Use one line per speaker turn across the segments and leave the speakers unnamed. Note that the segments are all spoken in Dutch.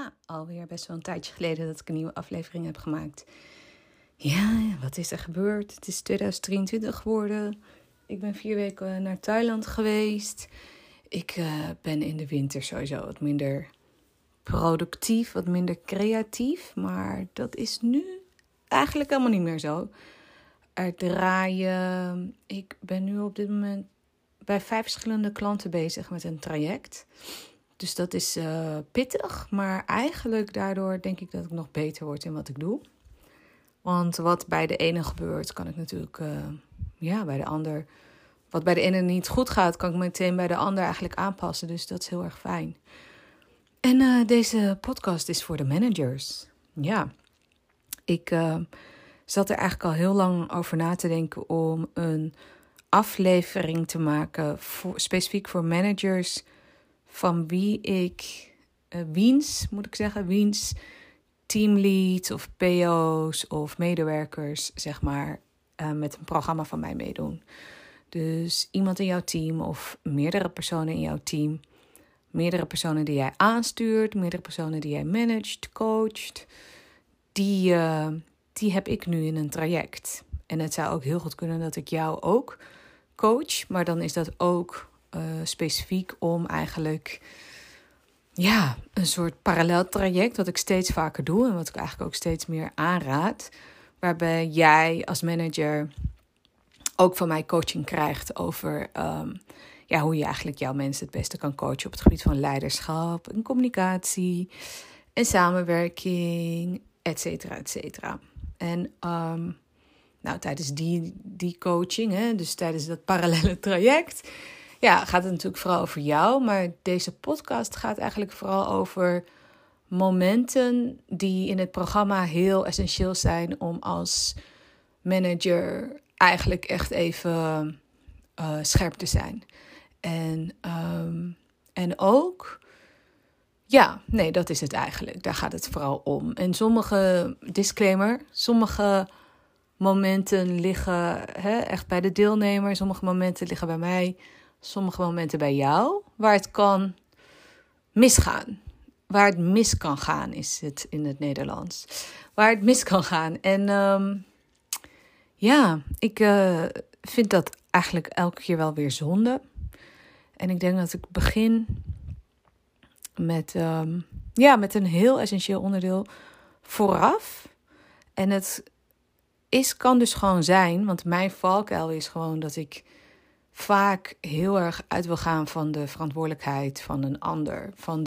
Ja, alweer best wel een tijdje geleden dat ik een nieuwe aflevering heb gemaakt. Ja, wat is er gebeurd? Het is 2023 geworden. Ik ben 4 weken naar Thailand geweest. Ik ben in de winter sowieso wat minder productief, wat minder creatief. Maar dat is nu eigenlijk helemaal niet meer zo. Er draaien. Ik ben nu op dit moment bij 5 verschillende klanten bezig met een traject. Dus dat is pittig, maar eigenlijk daardoor denk ik dat ik nog beter word in wat ik doe. Want wat bij de ene gebeurt, kan ik natuurlijk bij de ander. Wat bij de ene niet goed gaat, kan ik meteen bij de ander eigenlijk aanpassen. Dus dat is heel erg fijn. En deze podcast is voor de managers. Ja, ik zat er eigenlijk al heel lang over na te denken om een aflevering te maken specifiek voor managers van wiens teamleads of PO's of medewerkers, zeg maar, met een programma van mij meedoen. Dus iemand in jouw team of meerdere personen in jouw team, meerdere personen die jij aanstuurt, meerdere personen die jij managt, coacht, die heb ik nu in een traject. En het zou ook heel goed kunnen dat ik jou ook coach, maar dan is dat ook specifiek om eigenlijk een soort parallel traject wat ik steeds vaker doe en wat ik eigenlijk ook steeds meer aanraad. Waarbij jij als manager ook van mij coaching krijgt over hoe je eigenlijk jouw mensen het beste kan coachen op het gebied van leiderschap en communicatie en samenwerking, et cetera, et cetera. En tijdens die coaching, dus tijdens dat parallele traject, gaat het natuurlijk vooral over jou. Maar deze podcast gaat eigenlijk vooral over momenten die in het programma heel essentieel zijn om als manager eigenlijk echt even scherp te zijn. En ook, dat is het eigenlijk. Daar gaat het vooral om. En sommige momenten liggen echt bij de deelnemer. Sommige momenten liggen bij mij. Sommige momenten bij jou. Waar het kan misgaan. Waar het mis kan gaan is het in het Nederlands. Waar het mis kan gaan. En ik vind dat eigenlijk elke keer wel weer zonde. En ik denk dat ik begin met een heel essentieel onderdeel vooraf. En het kan dus gewoon zijn, want mijn valkuil is gewoon dat ik vaak heel erg uit wil gaan van de verantwoordelijkheid van een ander.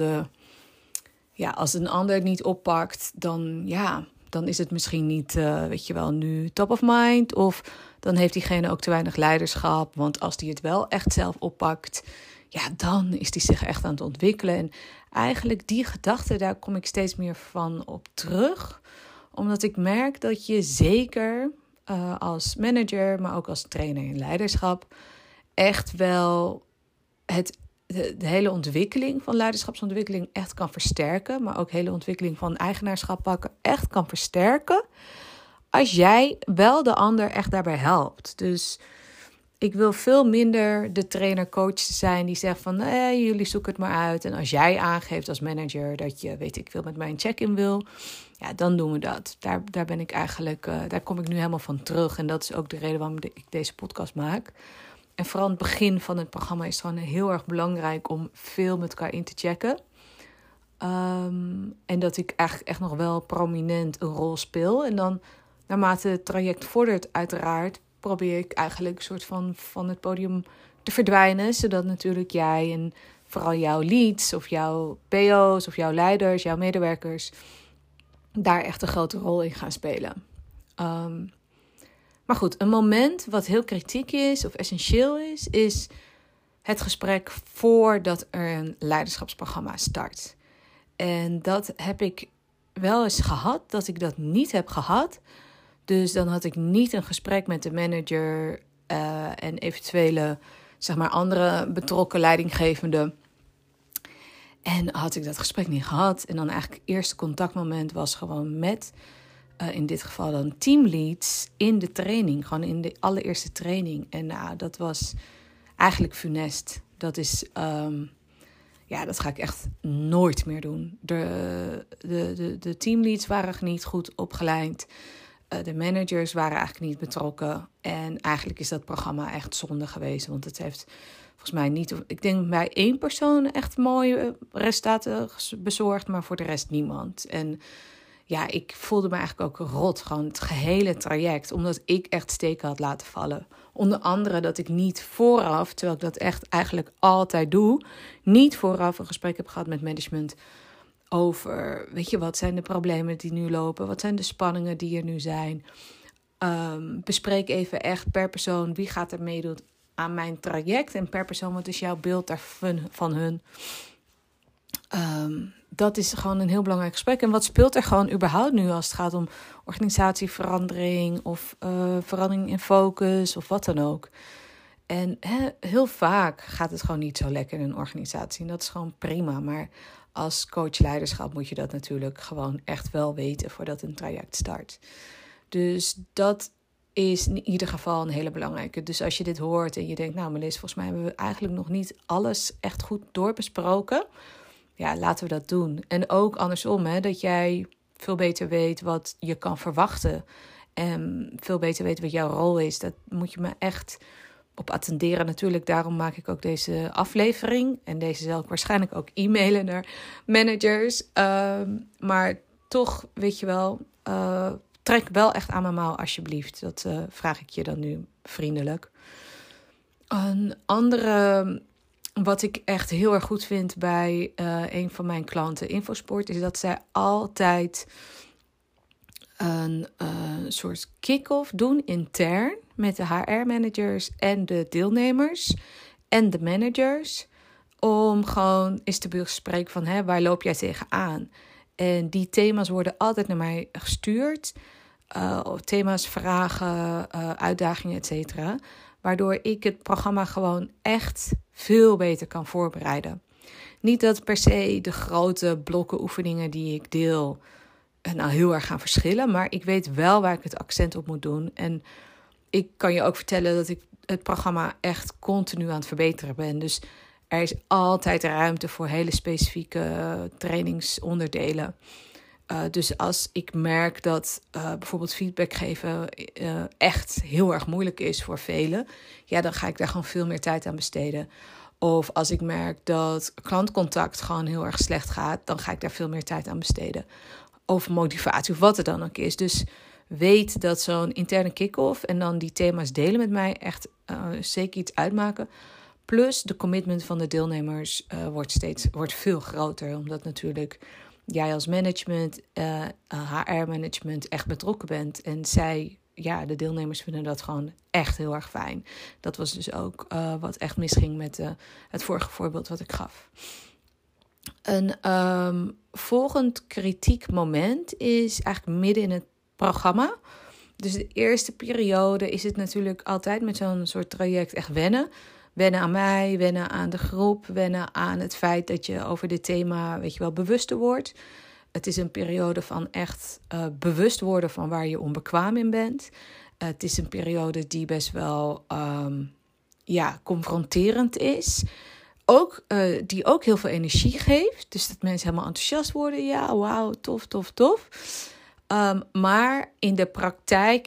Als een ander het niet oppakt, dan is het misschien niet, nu top of mind. Of dan heeft diegene ook te weinig leiderschap. Want als die het wel echt zelf oppakt, dan is die zich echt aan het ontwikkelen. En eigenlijk die gedachte, daar kom ik steeds meer van op terug. Omdat ik merk dat je zeker als manager, maar ook als trainer in leiderschap, echt wel de hele ontwikkeling van leiderschapsontwikkeling echt kan versterken. Maar ook de hele ontwikkeling van eigenaarschap pakken echt kan versterken. Als jij wel de ander echt daarbij helpt. Dus ik wil veel minder de trainer-coach zijn die zegt van jullie zoeken het maar uit. En als jij aangeeft als manager dat je, met mij een check-in wil, dan doen we dat. Daar ben ik eigenlijk, daar kom ik nu helemaal van terug. En dat is ook de reden waarom ik deze podcast maak. En vooral in het begin van het programma is het gewoon heel erg belangrijk om veel met elkaar in te checken. En dat ik eigenlijk echt nog wel prominent een rol speel. En dan, naarmate het traject vordert uiteraard, probeer ik eigenlijk een soort van het podium te verdwijnen. Zodat natuurlijk jij en vooral jouw leads of jouw PO's of jouw leiders, jouw medewerkers daar echt een grote rol in gaan spelen. Maar goed, een moment wat heel kritiek is of essentieel is het gesprek voordat er een leiderschapsprogramma start. En dat heb ik wel eens gehad, dat ik dat niet heb gehad. Dus dan had ik niet een gesprek met de manager en eventuele, andere betrokken leidinggevende. En had ik dat gesprek niet gehad. En dan eigenlijk het eerste contactmoment was gewoon met, in dit geval dan teamleads in de training. Gewoon in de allereerste training. En dat was eigenlijk funest. Dat is, Ja, dat ga ik echt nooit meer doen. De teamleads waren niet goed opgeleid. De managers waren eigenlijk niet betrokken. En eigenlijk is dat programma echt zonde geweest. Want het heeft volgens mij niet... Ik denk bij 1 persoon echt mooie resultaten bezorgd. Maar voor de rest niemand. En ja, ik voelde me eigenlijk ook rot. Gewoon het gehele traject. Omdat ik echt steken had laten vallen. Onder andere dat ik niet vooraf, terwijl ik dat echt eigenlijk altijd doe, niet vooraf een gesprek heb gehad met management over, weet je, wat zijn de problemen die nu lopen? Wat zijn de spanningen die er nu zijn? Bespreek even echt per persoon wie gaat er meedoen aan mijn traject. En per persoon, wat is jouw beeld daarvan van hun? Dat is gewoon een heel belangrijk gesprek. En wat speelt er gewoon überhaupt nu als het gaat om organisatieverandering of verandering in focus of wat dan ook. En heel vaak gaat het gewoon niet zo lekker in een organisatie. En dat is gewoon prima. Maar als coach leiderschap moet je dat natuurlijk gewoon echt wel weten voordat een traject start. Dus dat is in ieder geval een hele belangrijke. Dus als je dit hoort en je denkt, nou Melis, volgens mij hebben we eigenlijk nog niet alles echt goed doorbesproken. Ja, laten we dat doen. En ook andersom, dat jij veel beter weet wat je kan verwachten. En veel beter weet wat jouw rol is. Dat moet je me echt op attenderen natuurlijk. Daarom maak ik ook deze aflevering. En deze zal ik waarschijnlijk ook e-mailen naar managers. Maar toch, weet je wel, trek wel echt aan mijn mouw alsjeblieft. Dat vraag ik je dan nu vriendelijk. Een andere... Wat ik echt heel erg goed vind bij een van mijn klanten, Infosport, is dat zij altijd een soort kick-off doen intern met de HR-managers en de deelnemers en de managers. Om gewoon eens te bespreken van waar loop jij tegenaan? En die thema's worden altijd naar mij gestuurd. Thema's, vragen, uitdagingen, et cetera. Waardoor ik het programma gewoon echt veel beter kan voorbereiden. Niet dat per se de grote blokken oefeningen die ik deel nou heel erg gaan verschillen. Maar ik weet wel waar ik het accent op moet doen. En ik kan je ook vertellen dat ik het programma echt continu aan het verbeteren ben. Dus er is altijd ruimte voor hele specifieke trainingsonderdelen. Dus als ik merk dat bijvoorbeeld feedback geven echt heel erg moeilijk is voor velen, ja, dan ga ik daar gewoon veel meer tijd aan besteden. Of als ik merk dat klantcontact gewoon heel erg slecht gaat, dan ga ik daar veel meer tijd aan besteden. Of motivatie, of wat het dan ook is. Dus weet dat zo'n interne kick-off en dan die thema's delen met mij echt zeker iets uitmaken. Plus de commitment van de deelnemers wordt veel groter, omdat natuurlijk jij als management, HR-management echt betrokken bent. En zij, ja, de deelnemers vinden dat gewoon echt heel erg fijn. Dat was dus ook wat echt misging met het vorige voorbeeld wat ik gaf. Een volgend kritiek moment is eigenlijk midden in het programma. Dus de eerste periode is het natuurlijk altijd met zo'n soort traject echt wennen. Wennen aan mij, wennen aan de groep, wennen aan het feit dat je over dit thema, weet je wel, bewuster wordt. Het is een periode van echt bewust worden van waar je onbekwaam in bent. Het is een periode die best wel confronterend is. Die ook heel veel energie geeft. Dus dat mensen helemaal enthousiast worden. Ja, wauw, tof. Maar in de praktijk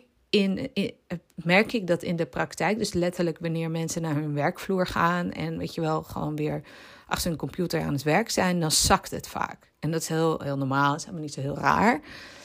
merk ik dat in de praktijk, dus letterlijk wanneer mensen naar hun werkvloer gaan en weet je wel, gewoon weer achter hun computer aan het werk zijn, dan zakt het vaak. En dat is heel, heel normaal, dat is helemaal niet zo heel raar.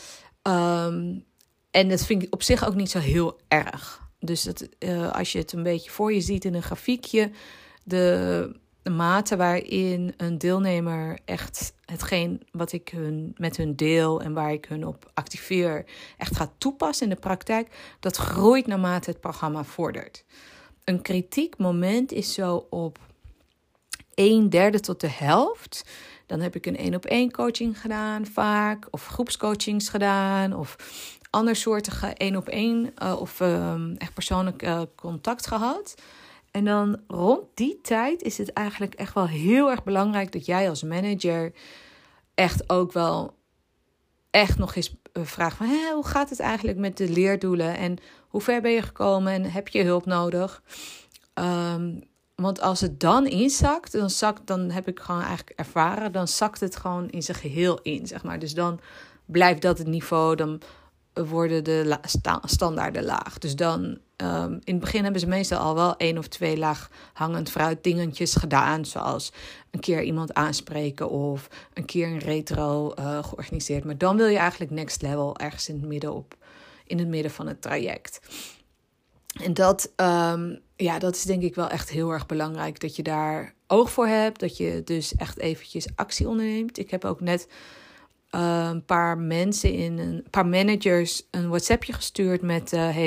En dat vind ik op zich ook niet zo heel erg. Dus als je het een beetje voor je ziet in een grafiekje, de mate waarin een deelnemer echt hetgeen wat ik met hun deel en waar ik hun op activeer echt gaat toepassen in de praktijk, dat groeit naarmate het programma vordert. Een kritiek moment is zo op 1/3 tot de helft. Dan heb ik een 1-op-1 coaching gedaan vaak, of groepscoachings gedaan, of andersoortige 1-op-1 of echt persoonlijk contact gehad. En dan rond die tijd is het eigenlijk echt wel heel erg belangrijk dat jij als manager echt ook wel echt nog eens vraagt van hoe gaat het eigenlijk met de leerdoelen en hoe ver ben je gekomen en heb je hulp nodig? Want als het dan inzakt, dan heb ik gewoon eigenlijk ervaren, dan zakt het gewoon in zijn geheel in, zeg maar. Dus dan blijft dat het niveau, dan worden de standaarden laag. Dus dan, in het begin hebben ze meestal al wel 1 of 2 laag hangend fruit dingetjes gedaan. Zoals een keer iemand aanspreken of een keer een retro georganiseerd. Maar dan wil je eigenlijk next level ergens in het midden van het traject. En dat is denk ik wel echt heel erg belangrijk. Dat je daar oog voor hebt. Dat je dus echt eventjes actie onderneemt. Ik heb ook net een paar managers een WhatsAppje gestuurd met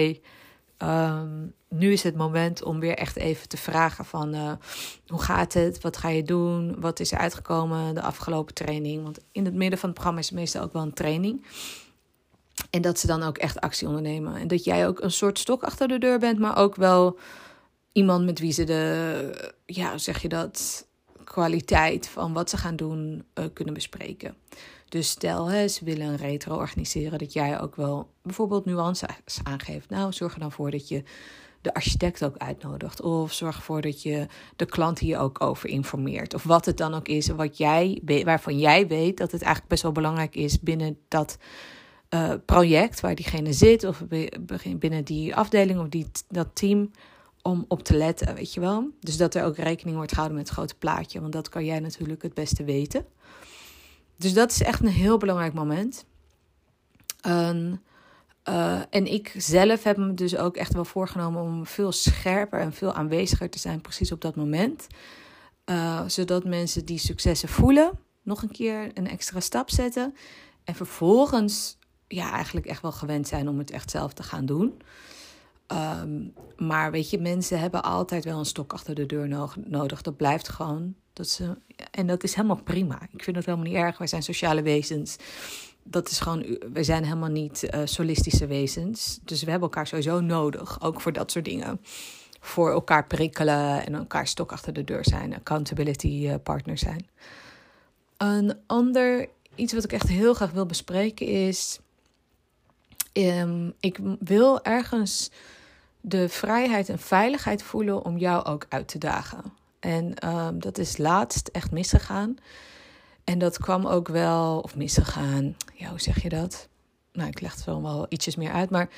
nu is het moment om weer echt even te vragen van hoe gaat het? Wat ga je doen? Wat is er uitgekomen de afgelopen training? Want in het midden van het programma is het meestal ook wel een training. En dat ze dan ook echt actie ondernemen. En dat jij ook een soort stok achter de deur bent, maar ook wel iemand met wie ze kwaliteit van wat ze gaan doen kunnen bespreken. Dus stel, ze willen een retro organiseren, dat jij ook wel bijvoorbeeld nuances aangeeft. Nou, zorg er dan voor dat je de architect ook uitnodigt. Of zorg ervoor dat je de klant hier ook over informeert. Of wat het dan ook is waarvan jij weet dat het eigenlijk best wel belangrijk is binnen dat project waar diegene zit. Of binnen die afdeling of dat team. Om op te letten, weet je wel. Dus dat er ook rekening wordt gehouden met het grote plaatje. Want dat kan jij natuurlijk het beste weten. Dus dat is echt een heel belangrijk moment. En ik zelf heb me dus ook echt wel voorgenomen om veel scherper en veel aanweziger te zijn precies op dat moment. Zodat mensen die successen voelen, nog een keer een extra stap zetten. En vervolgens eigenlijk echt wel gewend zijn om het echt zelf te gaan doen. Maar weet je, mensen hebben altijd wel een stok achter de deur nodig. Dat blijft gewoon. En dat is helemaal prima. Ik vind dat helemaal niet erg. Wij zijn sociale wezens. Dat is gewoon, wij zijn helemaal niet solistische wezens. Dus we hebben elkaar sowieso nodig. Ook voor dat soort dingen. Voor elkaar prikkelen en elkaar stok achter de deur zijn. Accountability partner zijn. Een ander iets wat ik echt heel graag wil bespreken is... ik wil ergens de vrijheid en veiligheid voelen om jou ook uit te dagen. En dat is laatst echt misgegaan. En dat kwam ook wel, of misgegaan, hoe zeg je dat? Nou, ik leg het wel ietsjes meer uit. Maar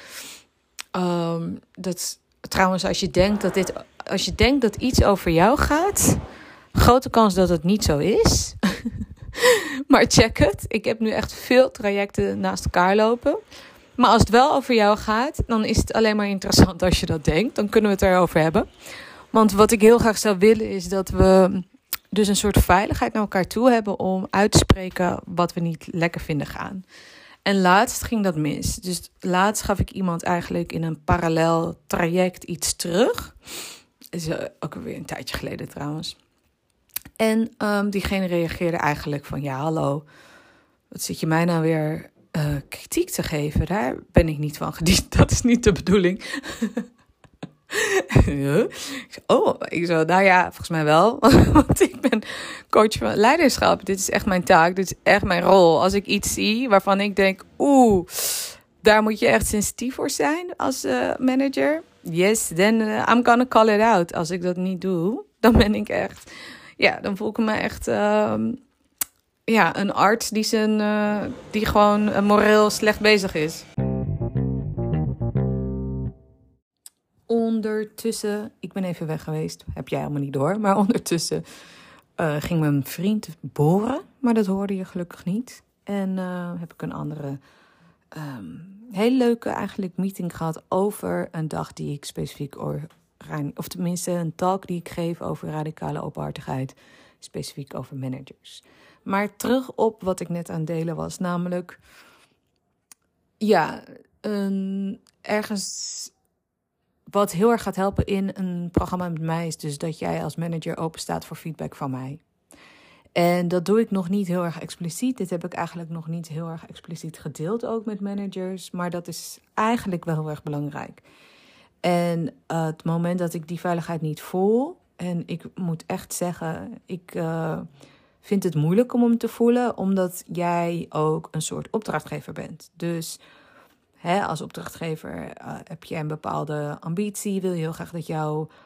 trouwens, als je denkt dat iets over jou gaat, grote kans dat het niet zo is. Maar check het. Ik heb nu echt veel trajecten naast elkaar lopen. Maar als het wel over jou gaat, dan is het alleen maar interessant als je dat denkt. Dan kunnen we het erover hebben. Want wat ik heel graag zou willen is dat we dus een soort veiligheid naar elkaar toe hebben om uit te spreken wat we niet lekker vinden gaan. En laatst ging dat mis. Dus laatst gaf ik iemand eigenlijk in een parallel traject iets terug. Dat is ook alweer een tijdje geleden trouwens. En diegene reageerde eigenlijk van hallo, wat zit je mij nou weer kritiek te geven? Daar ben ik niet van gediend. Dat is niet de bedoeling. Volgens mij wel. Want ik ben coach van leiderschap. Dit is echt mijn taak. Dit is echt mijn rol. Als ik iets zie waarvan ik denk, daar moet je echt sensitief voor zijn als manager. Yes, then I'm gonna call it out. Als ik dat niet doe, dan ben ik echt... dan voel ik me echt... een arts die gewoon moreel slecht bezig is. Ondertussen, ik ben even weg geweest, heb jij helemaal niet door. Maar ondertussen ging mijn vriend boren, maar dat hoorde je gelukkig niet. En heb ik een andere hele leuke eigenlijk meeting gehad over een dag die ik specifiek... of tenminste een talk die ik geef over radicale openhartigheid, specifiek over managers. Maar terug op wat ik net aan het delen was, namelijk... ergens... Wat heel erg gaat helpen in een programma met mij is dus dat jij als manager open staat voor feedback van mij. En dat doe ik nog niet heel erg expliciet. Dit heb ik eigenlijk nog niet heel erg expliciet gedeeld ook met managers. Maar dat is eigenlijk wel heel erg belangrijk. En het moment dat ik die veiligheid niet voel... en ik moet echt zeggen, ik vind het moeilijk om hem te voelen... omdat jij ook een soort opdrachtgever bent. Dus... als opdrachtgever heb je een bepaalde ambitie. Wil je heel graag dat jouw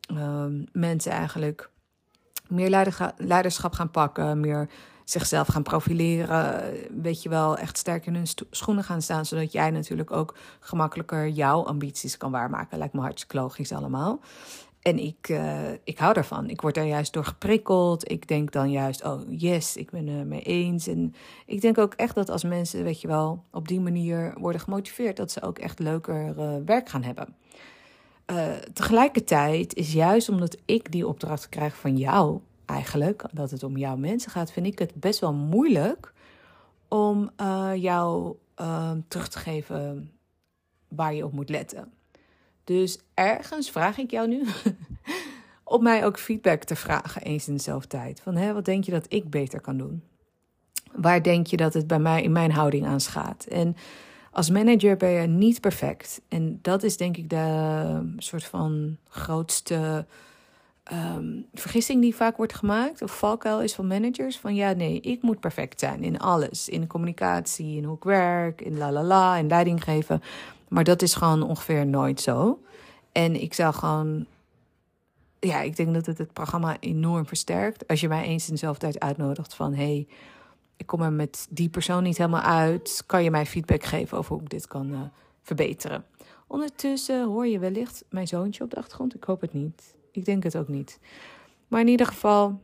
mensen eigenlijk meer leiderschap gaan pakken, meer zichzelf gaan profileren, weet je wel, echt sterk in hun schoenen gaan staan, zodat jij natuurlijk ook gemakkelijker jouw ambities kan waarmaken. Lijkt me hartstikke logisch allemaal. En ik hou daarvan. Ik word daar juist door geprikkeld. Ik denk dan juist, oh yes, ik ben het mee eens. En ik denk ook echt dat als mensen, weet je wel, op die manier worden gemotiveerd, dat ze ook echt leuker werk gaan hebben. Tegelijkertijd is juist omdat ik die opdracht krijg van jou eigenlijk, dat het om jouw mensen gaat, vind ik het best wel moeilijk om jou terug te geven waar je op moet letten. Dus ergens vraag ik jou nu om mij ook feedback te vragen eens in dezelfde tijd. Van wat denk je dat ik beter kan doen? Waar denk je dat het bij mij in mijn houding aan schaadt? En als manager ben je niet perfect. En dat is denk ik de soort van grootste vergissing die vaak wordt gemaakt. Of valkuil is van managers. Van ja, nee, ik moet perfect zijn in alles. In communicatie, in hoe ik werk, in in leiding geven. Maar dat is gewoon ongeveer nooit zo. En ik zou gewoon... Ja, ik denk dat het programma enorm versterkt. Als je mij eens in dezelfde tijd uitnodigt van... hey, ik kom er met die persoon niet helemaal uit. Kan je mij feedback geven over hoe ik dit kan verbeteren? Ondertussen hoor je wellicht mijn zoontje op de achtergrond. Ik hoop het niet. Ik denk het ook niet. Maar in ieder geval...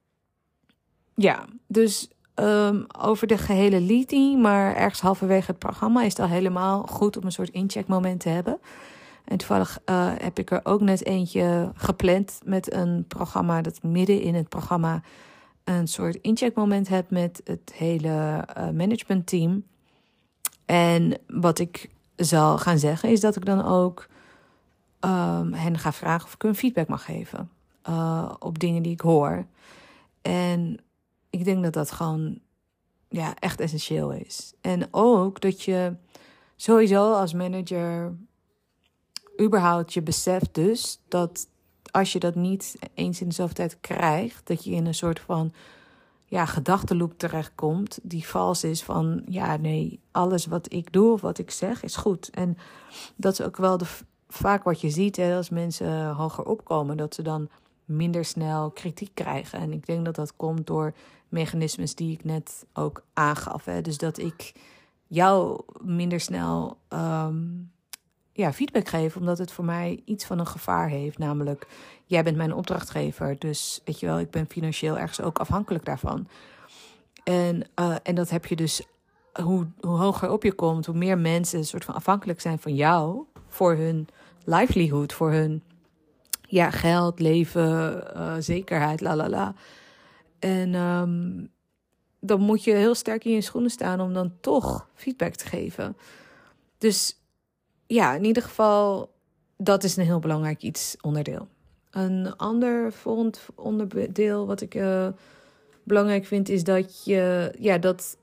Ja, dus... over de gehele lied niet, maar ergens halverwege het programma is het al helemaal goed om een soort incheckmoment te hebben. En toevallig heb ik er ook net eentje gepland met een programma dat midden in het programma een soort incheckmoment heb met het hele managementteam. En wat ik zal gaan zeggen is dat ik dan ook hen ga vragen of ik hun feedback mag geven op dingen die ik hoor. En ik denk dat dat gewoon echt essentieel is. En ook dat je sowieso als manager überhaupt je beseft dus dat als je dat niet eens in dezelfde tijd krijgt, dat je in een soort van gedachtenloop terechtkomt die vals is van nee, alles wat ik doe of wat ik zeg is goed. En dat is ook wel vaak wat je ziet als mensen hoger opkomen, dat ze dan minder snel kritiek krijgen. En ik denk dat dat komt door mechanismes die ik net ook aangaf. Dus dat ik jou minder snel feedback geef, omdat het voor mij iets van een gevaar heeft. Namelijk, jij bent mijn opdrachtgever, dus weet je wel, ik ben financieel ergens ook afhankelijk daarvan. En dat heb je dus, hoe hoger op je komt, hoe meer mensen een soort van afhankelijk zijn van jou voor hun livelihood, voor hun geld, leven, zekerheid, En dan moet je heel sterk in je schoenen staan om dan toch feedback te geven. Dus in ieder geval, dat is een heel belangrijk onderdeel. Een ander volgend onderdeel wat ik belangrijk vind is dat je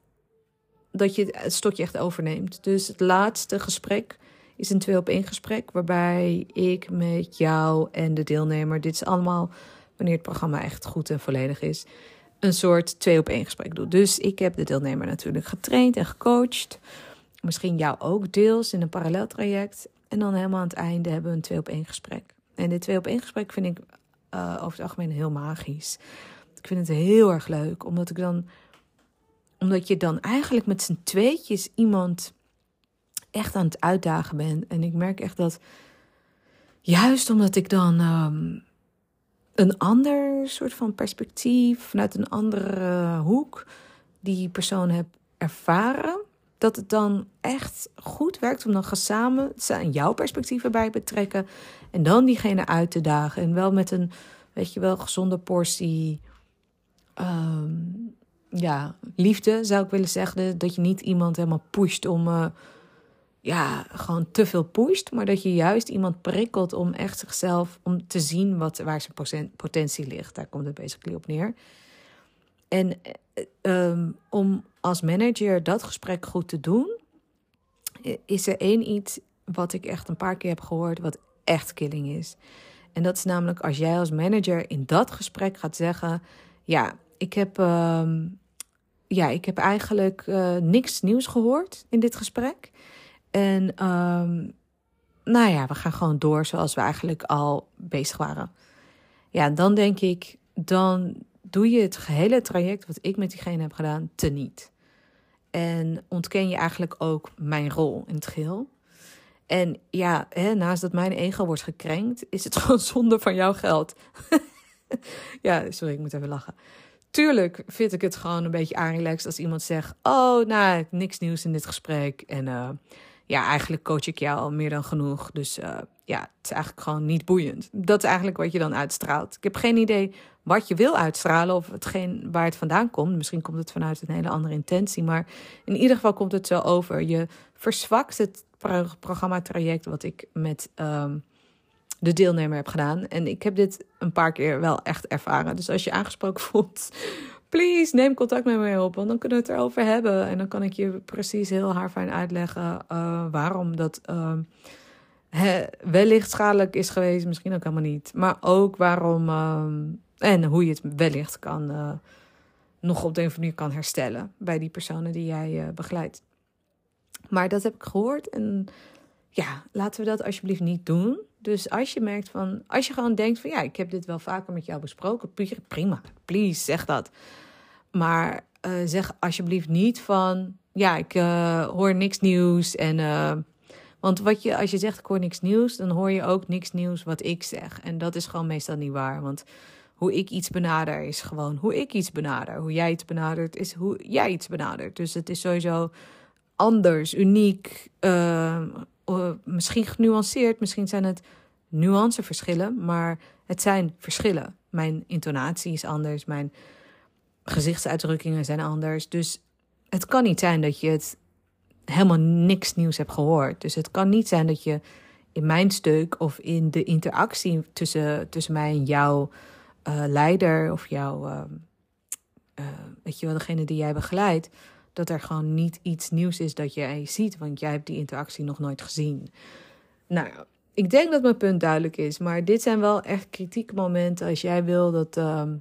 dat je het stokje echt overneemt. Dus het laatste gesprek is een 2-op-1 gesprek, waarbij ik met jou en de deelnemer, dit is allemaal wanneer het programma echt goed en volledig is, een soort 2-op-1 gesprek doe. Dus ik heb de deelnemer natuurlijk getraind en gecoacht. Misschien jou ook deels in een parallel traject. En dan helemaal aan het einde hebben we een 2-op-1 gesprek. En dit 2-op-1 gesprek vind ik over het algemeen heel magisch. Ik vind het heel erg leuk, omdat je dan eigenlijk met z'n tweetjes iemand echt aan het uitdagen bent. En ik merk echt dat, juist omdat ik dan een ander soort van perspectief, vanuit een andere hoek, die persoon heb ervaren, dat het dan echt goed werkt om dan samen jouw perspectief erbij betrekken en dan diegene uit te dagen. En wel met een, weet je wel, gezonde portie liefde, zou ik willen zeggen. Dat je niet iemand helemaal pusht om gewoon te veel pusht, maar dat je juist iemand prikkelt om echt zichzelf, om te zien waar zijn potentie ligt. Daar komt het basically op neer. En om als manager dat gesprek goed te doen, is er iets wat ik echt een paar keer heb gehoord, wat echt killing is. En dat is namelijk als jij als manager in dat gesprek gaat zeggen, ik heb eigenlijk niks nieuws gehoord in dit gesprek. En we gaan gewoon door zoals we eigenlijk al bezig waren. ja, dan denk ik, dan doe je het gehele traject wat ik met diegene heb gedaan teniet. En ontken je eigenlijk ook mijn rol in het geheel. En ja, naast dat mijn ego wordt gekrenkt, is het gewoon zonde van jouw geld. Ja, sorry, ik moet even lachen. Tuurlijk vind ik het gewoon een beetje aanrelaxed als iemand zegt, oh, nou, niks nieuws in dit gesprek. En ja, eigenlijk coach ik jou al meer dan genoeg. Dus ja, het is eigenlijk gewoon niet boeiend. Dat is eigenlijk wat je dan uitstraalt. Ik heb geen idee wat je wil uitstralen of waar het vandaan komt. Misschien komt het vanuit een hele andere intentie. Maar in ieder geval komt het zo over. Je verzwakt het programma-traject wat ik met de deelnemer heb gedaan. En ik heb dit een paar keer wel echt ervaren. Dus als je aangesproken voelt, please neem contact met mij op. Want dan kunnen we het erover hebben. En dan kan ik je precies heel haarfijn uitleggen waarom dat wellicht schadelijk is geweest. Misschien ook helemaal niet. Maar ook waarom en hoe je het wellicht kan nog op de een manier kan herstellen bij die personen die jij begeleidt. Maar dat heb ik gehoord en ja, laten we dat alsjeblieft niet doen. Dus als je merkt als je gewoon denkt van ja, ik heb dit wel vaker met jou besproken, prima, please, zeg dat. Maar zeg alsjeblieft niet van ja, ik hoor niks nieuws. Want als je zegt ik hoor niks nieuws, dan hoor je ook niks nieuws wat ik zeg. En dat is gewoon meestal niet waar, want hoe ik iets benader is gewoon hoe ik iets benader. Hoe jij iets benadert is hoe jij iets benadert. Dus het is sowieso anders, uniek, misschien genuanceerd. Misschien zijn het nuanceverschillen, maar het zijn verschillen. Mijn intonatie is anders, mijn gezichtsuitdrukkingen zijn anders. Dus het kan niet zijn dat je het helemaal niks nieuws hebt gehoord. Dus het kan niet zijn dat je in mijn stuk of in de interactie tussen mij en jouw leider of jouw, weet je wel, degene die jij begeleidt, dat er gewoon niet iets nieuws is dat jij ziet, want jij hebt die interactie nog nooit gezien. Nou, ik denk dat mijn punt duidelijk is, maar dit zijn wel echt kritieke momenten als jij wil dat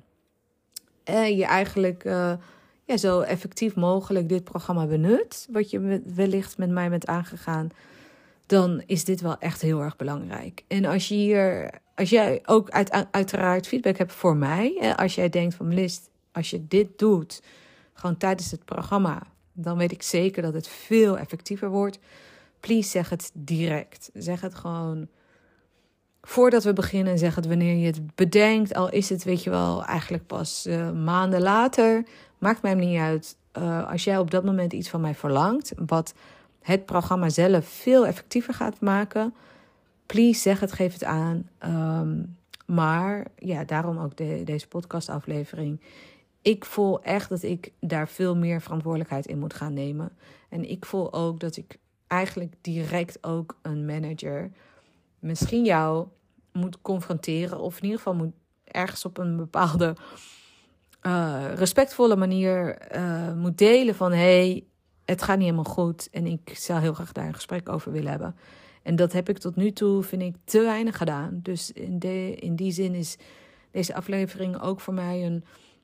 je eigenlijk zo effectief mogelijk dit programma benut, wat je wellicht met mij bent aangegaan, dan is dit wel echt heel erg belangrijk. En als jij ook uiteraard feedback hebt voor mij, als jij denkt van Melis, als je dit doet, gewoon tijdens het programma, dan weet ik zeker dat het veel effectiever wordt. Please, zeg het direct. Zeg het gewoon voordat we beginnen. Zeg het wanneer je het bedenkt. Al is het, weet je wel, eigenlijk pas maanden later. Maakt mij niet uit. Als jij op dat moment iets van mij verlangt, wat het programma zelf veel effectiever gaat maken, please, zeg het, geef het aan. Maar ja, daarom ook deze podcastaflevering. Ik voel echt dat ik daar veel meer verantwoordelijkheid in moet gaan nemen. En ik voel ook dat ik eigenlijk direct ook een manager, misschien jou, moet confronteren. Of in ieder geval moet ergens op een bepaalde respectvolle manier moet delen van hey, het gaat niet helemaal goed. En ik zou heel graag daar een gesprek over willen hebben. En dat heb ik tot nu toe, vind ik, te weinig gedaan. Dus in die zin is deze aflevering ook voor mij een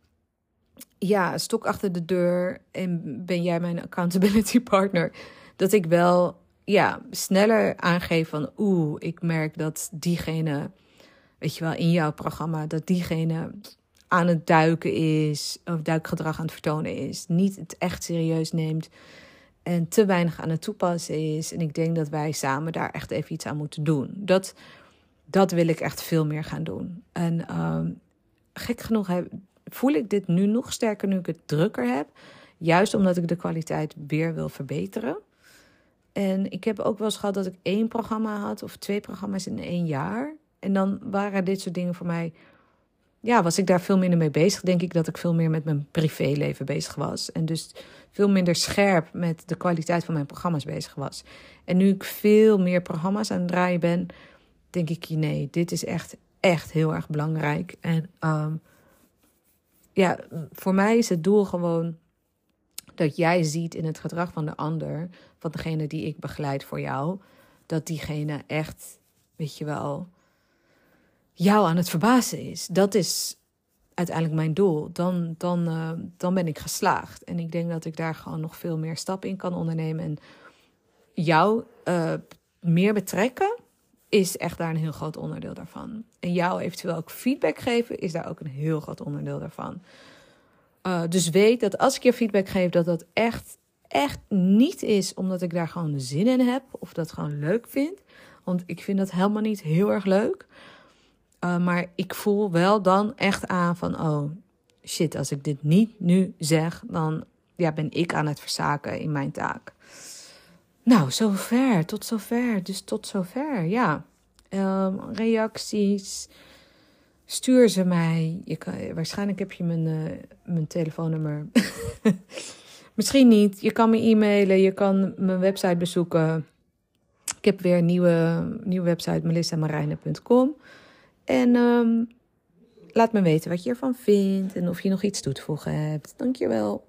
stok achter de deur. En ben jij mijn accountability partner. Dat ik wel sneller aangeef van ik merk dat diegene, weet je wel, in jouw programma, dat diegene aan het duiken is, of duikgedrag aan het vertonen is, niet het echt serieus neemt en te weinig aan het toepassen is. En ik denk dat wij samen daar echt even iets aan moeten doen. Dat wil ik echt veel meer gaan doen. En gek genoeg voel ik dit nu nog sterker nu ik het drukker heb. Juist omdat ik de kwaliteit weer wil verbeteren. En ik heb ook wel eens gehad dat ik 1 programma had of 2 programma's in 1 jaar. En dan waren dit soort dingen voor mij, was ik daar veel minder mee bezig. Denk ik dat ik veel meer met mijn privéleven bezig was. En dus veel minder scherp met de kwaliteit van mijn programma's bezig was. En nu ik veel meer programma's aan het draaien ben, denk ik, nee, dit is echt heel erg belangrijk. En voor mij is het doel gewoon dat jij ziet in het gedrag van de ander, van degene die ik begeleid voor jou, dat diegene echt, weet je wel, jou aan het verbazen is. Dat is uiteindelijk mijn doel. Dan ben ik geslaagd. En ik denk dat ik daar gewoon nog veel meer stappen in kan ondernemen en jou meer betrekken is echt daar een heel groot onderdeel daarvan. En jou eventueel ook feedback geven is daar ook een heel groot onderdeel daarvan. Dus weet dat als ik je feedback geef, dat dat echt niet is omdat ik daar gewoon zin in heb of dat gewoon leuk vind. Want ik vind dat helemaal niet heel erg leuk. Maar ik voel wel dan echt aan van, oh shit, als ik dit niet nu zeg, dan ben ik aan het verzaken in mijn taak. Nou, tot zover. Dus tot zover, ja. Reacties, stuur ze mij. Waarschijnlijk heb je mijn telefoonnummer. Misschien niet. Je kan me e-mailen, je kan mijn website bezoeken. Ik heb weer een nieuwe website, melissamarijnen.com. En laat me weten wat je ervan vindt en of je nog iets toe te voegen hebt. Dankjewel.